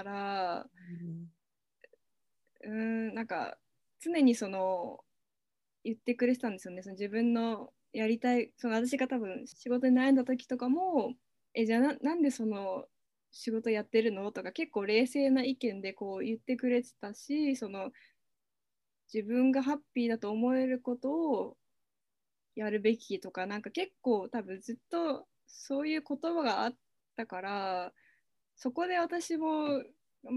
うーん、なんか常にその言ってくれてたんですよね。その自分のやりたい、その私が多分仕事に悩んだ時とかも、え、じゃあな、なんでその仕事やってるのとか結構冷静な意見でこう言ってくれてたし、その自分がハッピーだと思えることをやるべきとか、なんか結構多分ずっとそういう言葉があったから、そこで私も、うん、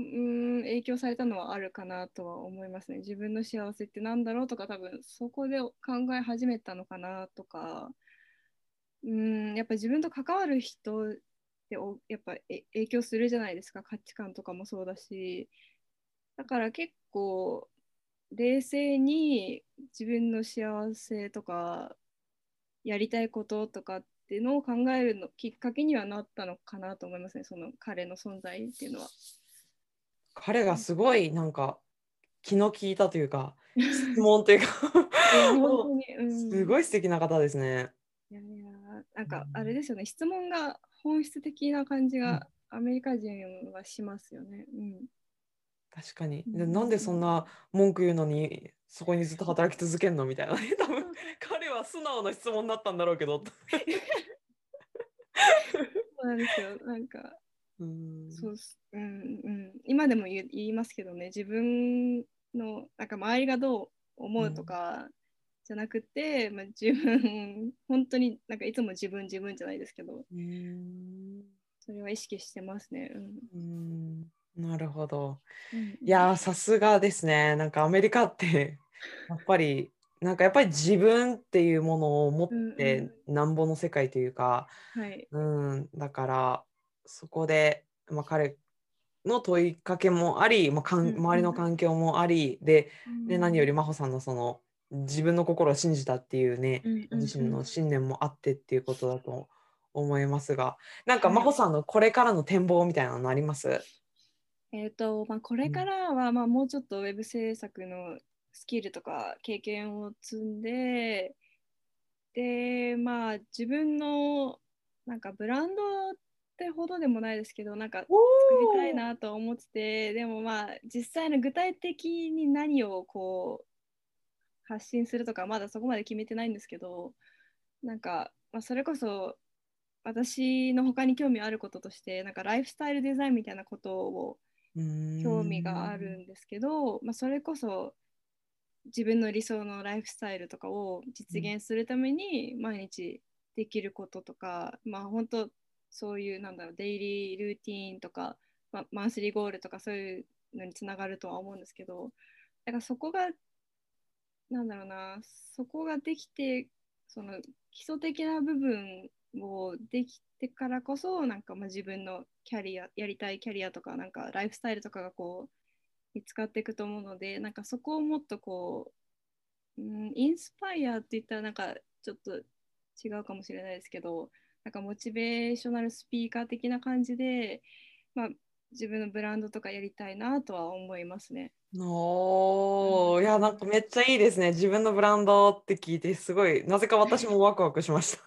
影響されたのはあるかなとは思いますね。自分の幸せってなんだろうとか、多分そこで考え始めたのかなとか、うん、やっぱ自分と関わる人っておやっぱえ影響するじゃないですか、価値観とかもそうだし。だから結構冷静に自分の幸せとかやりたいこととかっていうのを考えるのきっかけにはなったのかなと思いますね、その彼の存在っていうのは。 彼がすごいなんか気の利いたというか、質問というかいや、本当もに、ううすん。 ごい素敵な方ですね。 いやいや、なんうかあれんですよね、質問が本質的な感じうんがアメリカ人はしますよね。うん。 確かに。 うんうでなんでんうん。 そんな文句言うのにそこにずっと働き続けるのみたいなね。多分そうそう彼は素直な質問だったんだろうけど。 そうなんですよ。なんか、 うん。 そうっす、うんうん。今でも言い、言いますけどね、自分の、なんか周りがどう思うとうんかじゃなくて、まあ、自分、本当になんかいつも自分自分じゃないですけど、 うんそれは意識してますね。うん。 うんなるほど。 うんうん。 いやー、さすがですね。なんかアメリカってやっぱり、なんかやっぱり自分っていうものを持っうんうん。 てなんぼの世界というか、 はい。 うん、だからそこで、まあ、彼の問いかけもあり、まあ、かん周りのうんうん。 環境もあり、で、 うで何よんり真帆さんのその自分の心を信じたっていうね、 うんうご自身のんうん。 信念もあってっていうことだと思いますが、なんかはい。 真帆さんのこれからの展望みたいなのあります？ えっと、まあ、これかうんらは、まあ、もうちょっとウェブ制作のスキルとか経験を積んで、で、まあ、自分のなんかブランドっってほどでもないですけど、なんか作りたいおー。 なとは思ってて、でもまあ実際の具体的に何をこう発信するとかまだそこまで決めてないんですけど、なんか、まあ、それこそ私の他に興味あることとしてなんかライフスタイルデザインみたいなことをうー興味があるん。 んですけど、まあ、それこそ自分の理想のライフスタイルとかを実現するために毎日できることとか、まあ本当そういうなんだろうデイリールーティーンとか、まあ、マンスリーゴールとかそういうのにつながるとは思うんですけど、だからそこがなんだろうな、そこができて、その基礎的な部分をできてからこそ、なんかまあ自分のキャリア、やりたいキャリアとか、なんかライフスタイルとかがこう見つかっていくと思うので、なんかそこをもっとこう、うん、インスパイアって言ったらなんかちょっと違うかもしれないですけど、なんかモチベーショナルスピーカー的な感じで、まあ、自分のブランドとかやりたいなとは思いますね。うんおー、いや、なんかうんめっちゃいいですね。自分のブランドって聞いて、すごい、なぜか私もワクワクしました。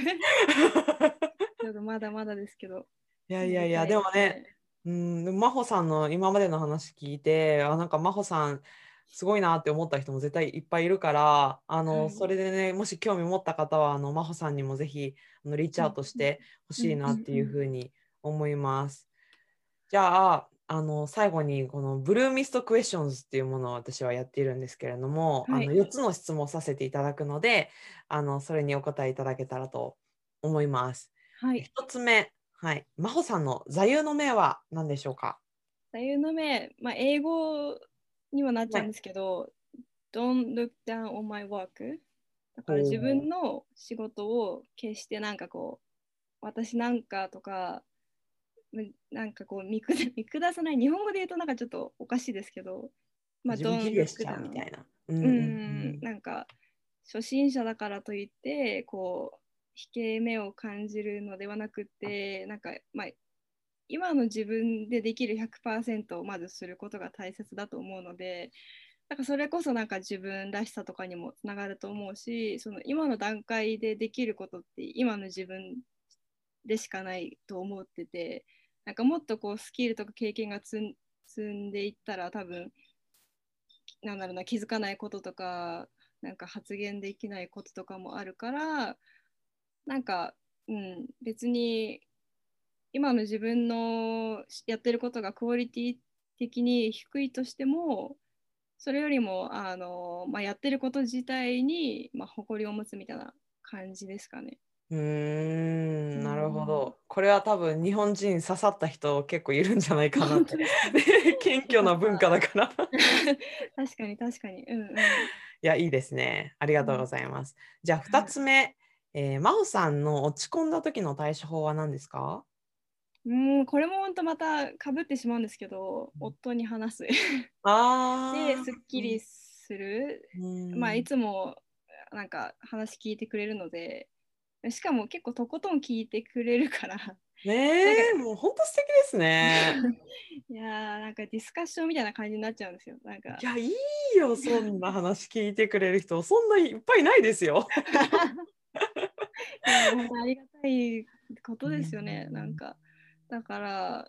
ちょっとまだまだですけど、 いやいやいや、 やりたいでもね、 ですね。 うん、でも真帆さんの今までの話聞いて、あ、なんか真帆さん、すごいなって思った人も絶対いっぱいいるから、あの、そはい。 れでね、もし興味持った方は、あの、真帆さんにもぜひ、あの、リーチうんアウトしてほしいうんうなっていうふんうん。 うに思います。じゃあ、あの、最後に、このブルーミストクエスチョンズっていうものを私はやっているんですけれども、あの、 はい。 よっつの質問をさせていただくので、あの、それにお答えいただけたらと思います。 はい。 ひとつめ、はい、真帆さんの座右の銘は何でしょうか？ 座右の銘、まあ、英語にはなっちはい。 ゃうんですけど、Don't look down on my work。だから自ほ分の仕事を決してなんかこう、私なんかとか、むなんかこう見下、見下さない、日本語で言うとなんかちょっとおかしいですけど、 う、 まあ、 自分卑 Don't 下し look ちゃうみた down。 いな。うんううんうん、 ん。 なんか初心者だからといってこう引け目を感じるのではなくて、なんかまあ今の自分でできるひゃくパーセントをまずすることが大切だと思うので、なんかそれこそなんか自分らしさとかにもつながると思うし、その今の段階でできることって今の自分でしかないと思ってて、なんかもっとこうスキルとか経験が積ん積んでいったら多分なんだろうな、気づかないこととかなんか発言できないこととかもあるから、なんか、うん、別に今の自分のやってることがクオリティ的に低いとしても、それよりもあの、まあ、やってること自体に、まあ、誇りを持つみたいな感じですかね。 うーうん、なるほん、 ど。これは多分日本人刺さった人結構いるんじゃないかなって。 本当ですか？ で謙よかっ虚な文化だた。 から。 確かに確かに。うんうん。 いや、いいですね。ありがとうごうん、 ざいます。じゃあ、2 はい。 つ目、えー、真帆さんの落ち込んだ時の対処法は何ですか？ うん、これも本当またかぶってしまうんですけど、夫に話す。で、 ああすっきりー、 する。 うまあ、いん。 つもなんか話聞いてくれるので、しかも結構とことん聞いてくれるから、 ねなんか、 え、もう本当素敵ですね。 いやー、なんかディスカッションみたいな感じになっちゃうんですよ。なんか、 いや、いいよ、そんな話聞いてくれる人、そんないっぱいいないですよ。 いや、でも本当にありがたいことうですよね。なんん。 か、だから、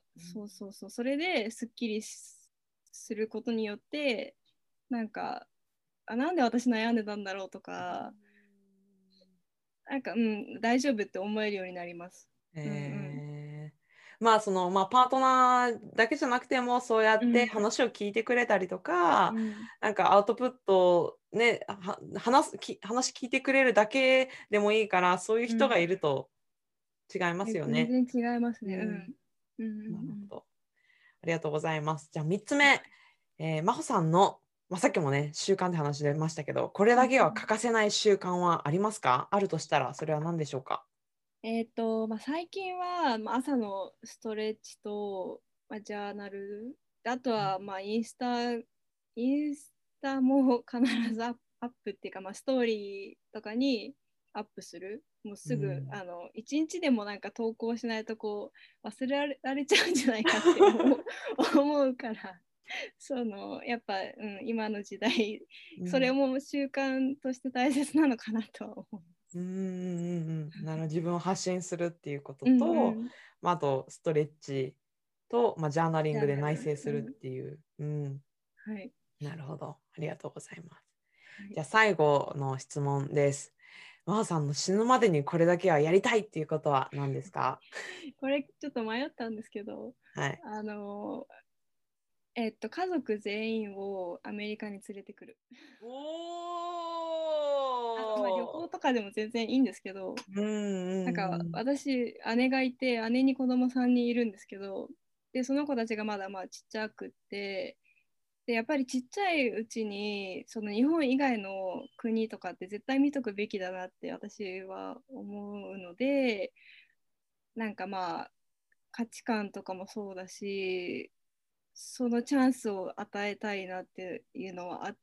そうそうそう、それですっきりすることによって、なんか、あ、なんで私悩んでたんだろうとか、なんか、うん、大丈夫って思えるようになります。うんうん。 えーまあその、まあ、パートナーだけじゃなくてもそうやってうん話を聞いてくれたりとか、 うん。 なんかアウトプットね、は話すき話聞いてくれるだけでもいいからそういううん。 人がいると違いますえ、 よね。 全然違いますね。ううん、 ん。うんうんなるほど。ありがとうございます。じゃあみっつうん。はめ、 い。 えー、真帆さんの、まあ、さっきもね習慣って話出ましたけど、これうん。 だけは欠かせない習慣はありますか？あるとしたらそれは何でしょうか？ えっと、まあ、最近は、まあ、朝のストレッチと、まあ、ジャーナル、あとは、まあ、インスタ、インスタも必ずアップアップっていうか、まあ、ストーリーとかにアップする。もうすぐ、 うん。 あの、一日でもなんか投稿しないと、こう、忘れられられちゃうんじゃないかって思う、思うから、その、やっぱ、うん、今の時代、それうん。 も習慣として大切なのかなとは思う。 うんうんうんうん。なる自分を発信するっていうことうんうと、 ん。 まあ、あとストレッチと、まあ、ジャーナリングでジャーナル。 内省するっうん。 ていう。うん。 はい。 なるほど。ありがとうございます。 はい。 じゃあ最後の質問です。真帆さんの死ぬまでにこれだけはやりたいっていうことは何ですか？ これちょっと迷ったんですけど、 はい。 あの、えっと、家族全員をアメリカに連れてくる。あの、まあ、旅行おー。 とかでも全然いいんですけど、 うんなんかうんうん。 私、姉がいて、姉に子供さんにんいるんですけど、で、その子たちがまだまあちっちゃくって、で、やっぱりちっちゃいうちに、その日本以外の国とかって絶対見とくべきだなって私は思うので、なんかまあ、価値観とかもそうだし、そのチャンスを与えたいなっていうのはあって、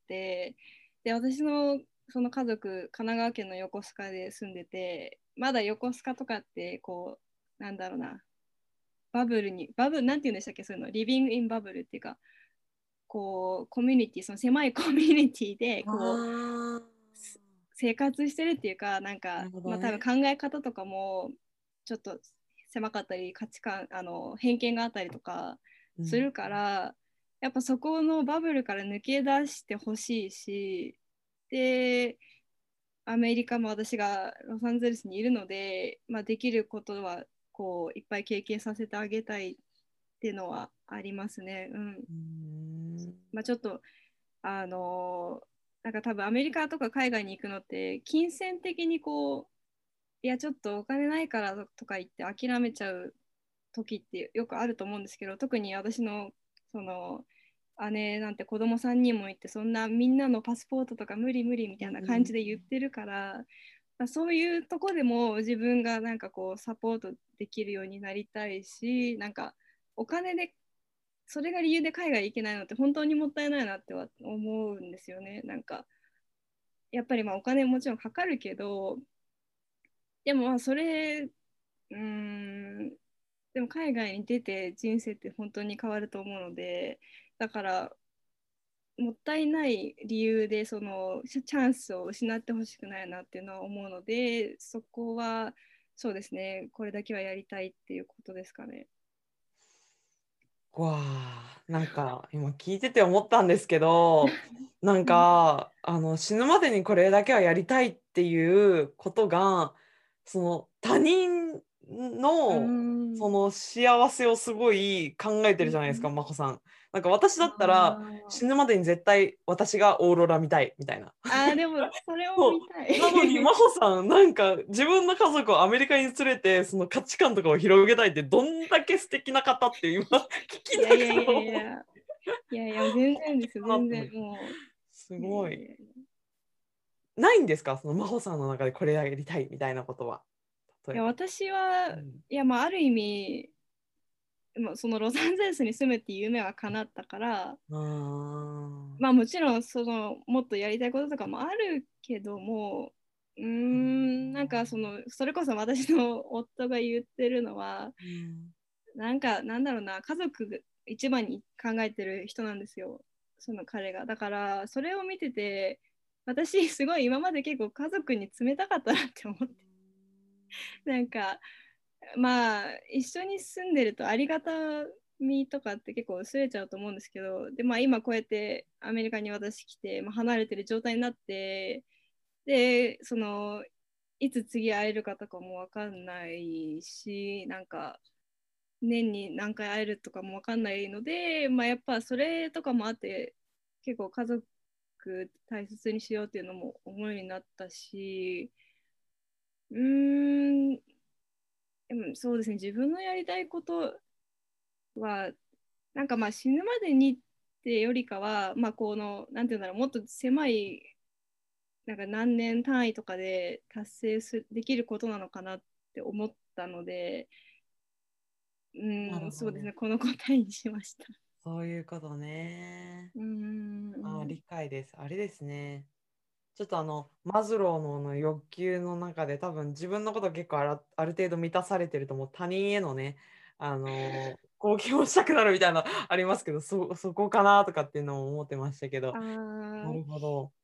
で、私のその家族、神奈川県の横須賀で住んでて、まだ横須賀とかって、こう、なんだろうな、バブルに、バブル、なんて言うんでしたっけ、そういうの、リビングインバブルっていうか、こう、コミュニティ、その狭いコミュニティで、 あこう、 あ、 生活してるっていうか、なんか、 なるほまあ多分どね。 考え方とかも、ちょっと狭かったり、価値観、あの、偏見があったりとかうん。 するから、やっぱそこのバブルから抜け出してほしいし、で、アメリカも私がロサンゼルスにいるので、まあ、できることはこういっぱい経験させてあげたいっていうのはありますね。うん。 うーん。 まあ、ちょっとあのなんか多分アメリカとか海外に行くのって金銭的にこういやちょっとお金ないからとか言って諦めちゃう時ってよくあると思うんですけど、特に私のその姉なんて子供さんにんもいて、そんなみんなのパスポートとか無理無理みたいな感じで言ってるから、まあ、そういうとこでも自分がなんかこうサポートできるようになりたいし、なんかお金でそれが理由で海外行けないのって本当にもったいないなっては思うんですよね。なんかやっぱりまあお金もちろんかかるけど、でもまあそれ、うーん、でも海外に出て人生って本当に変わると思うので、だからもったいない理由でそのチャンスを失ってほしくないなっていうのは思うので、そこはそうですね、これだけはやりたいっていうことですかね。 わあ、なんか今聞いてて思ったんですけど、なんうんかあの死ぬまでにこれだけはやりたいっていうことが、その他人うーのそん。 の幸せをすごい考えてるじゃないですか、 うん。 真帆さん。なんか私だったらあ死ぬまでに絶対私がオーロラ見たいみたいな。 あー、でもそれを見そたう。なのに、真い。 帆さん、なんか自分の家族をアメリカに連れて、その価値観とかを広げたいって、どんだけ素敵な方って今、聞きいやいやいやながら思っていや、いやいや、全本然ですよ、全然当だなって思いもう。いやいすごい。 やいやいや。 ないんですか、その真帆さんの中でこれやりたいみたいなことは。例いや、 えば。 私は、 うん。 いや、まあ、ある意味、まあ、そのロサンゼルスに住むっていう夢は叶ったから、 あーまあ、もちろん、その、もっとやりたいこととかもあるけども、うーん、なんか、その、それこそ私の夫が言ってるのは、 うん。 なんか、なんだろうな、家族が一番に考えてる人なんですよ、その彼が。だから、それを見てて、私、すごい今まで結構家族に冷たかったなって思って、なんか、まあ、一緒に住んでるとありがたみとかって結構薄れちゃうと思うんですけど、で、まあ、今こうやってアメリカに私来て、まあ、離れてる状態になって、で、その、いつ次会えるかとかもわかんないし、なんか、年に何回会えるとかもわかんないので、まあ、やっぱそれとかもあって、結構家族大切にしようっていうのも思うようになったし、うーん、でもそうですね、自分のやりたいことは、なんかまあ死ぬまでにってよりかは、まあこの、なんていうんだろう、もっと狭い、なんか何年単位とかで達成すできることなのかなって思ったので、うん、 なるほど。 そうですね、この答えにしました。 そういうことね。 うーあー、 ん。 理解です。あれですね。ちょっとあの、マズローの、の欲求の中で多分自分のこと結構あら、ある程度満たされてると思う。他人へのね、あのー貢献をしたくなるみたいなありますけど、そ、そこかなとかっていうのも思ってましたけど、 あなー、 るほど。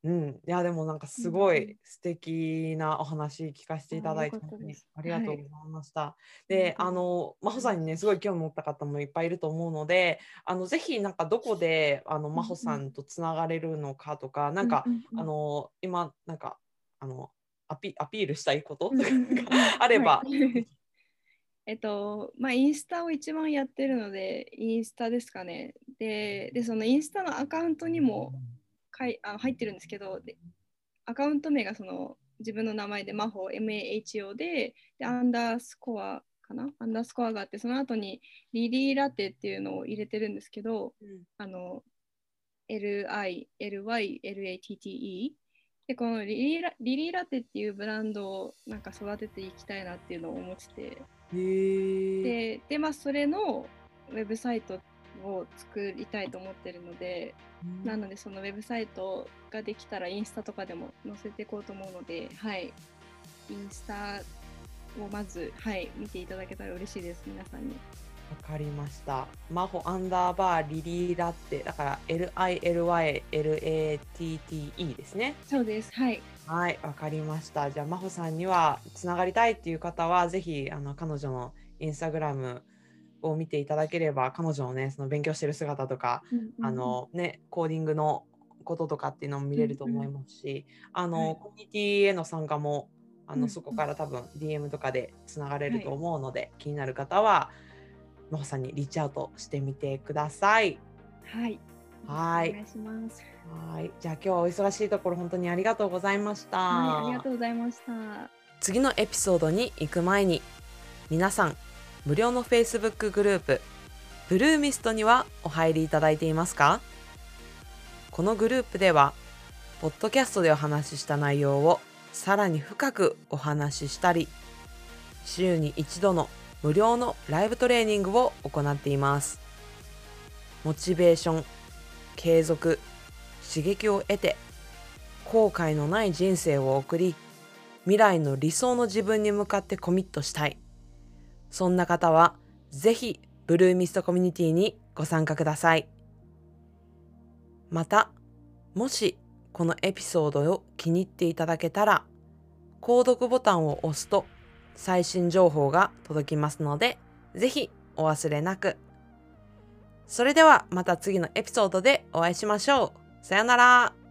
うん、いやでもなんかうんすごうんい素敵なお話聞かせていあー、よただいてかったです。 本当にありがはい。 とうございました。 ありがで、 とうございあの真帆さんにねすごい興味持った方もいっぱいいると思うので、あのぜひなんかどこであの真帆うんうんさんとつながれるのかとか、なんうんかうんうんあの今なんかあのアピ、アピールしたいこととかうんうんうんうん。はい。 あれば、 えっと、まあ、インスタを一番やってるので、インスタですかね。で、でそのインスタのアカウントにもかいあ入ってるんですけど、でアカウント名がその自分の名前でマホ マホ で、で、アンダースコアかなアンダースコアがあって、その後にリリーラテっていうのを入れてるんですけど、 うんあの、リラテで、このリリーラリリーラテっていうブランドをなんか育てていきたいなっていうのを思ってて、 へーで、でまあ、それのウェブサイトを作りたいと思ってるので、なのでそのウェブサイトができたらインスタとかでも載せていこうと思うので、はい、インスタをまず、はい、見ていただけたら嬉しいです、皆さんに。 わかりました。マホアンダーバーリリーラッテ、だから エルアイエルワイエルエーティーティーイー ですね。 そうです。はい。 はい、わかりました。じゃあ、マホさんにはつながりたいっていう方は、ぜひあの彼女のインスタグラムを見ていただければ、彼女のね、その勉強してる姿とか、 うんうんあのね、コーディングのこととかっていうのも見れると思いますし、あの、 はい。 コミュニティへの参加も、あの、 うんそこから多分 ディーエム とかでつながれはい。 ると思うので、気になる方は、マホさんにリーチアウトしてみてください。 はい。 はい。 お願いします。 はい。じゃあ今日はお忙しいところ本当にありがとうございましはい、ありがた。 とうございました。 次のエピソードに行く前に、皆さん、無料の Facebook グループ、ブルーミストにはお入りいただいていますか？このグループでは、ポッドキャストでお話しした内容をさらに深くお話ししたり、週に一度の無料のライブトレーニングを行っています。モチベーション、継続、刺激を得て、後悔のない人生を送り、未来の理想の自分に向かってコミットしたい。そんな方は、ぜひ、ブルーミストコミュニティにご参加ください。また、もし、このエピソードを気に入っていただけたら、購読ボタンを押すと、最新情報が届きますので、ぜひお忘れなく。それではまた次のエピソードでお会いしましょう。さよなら。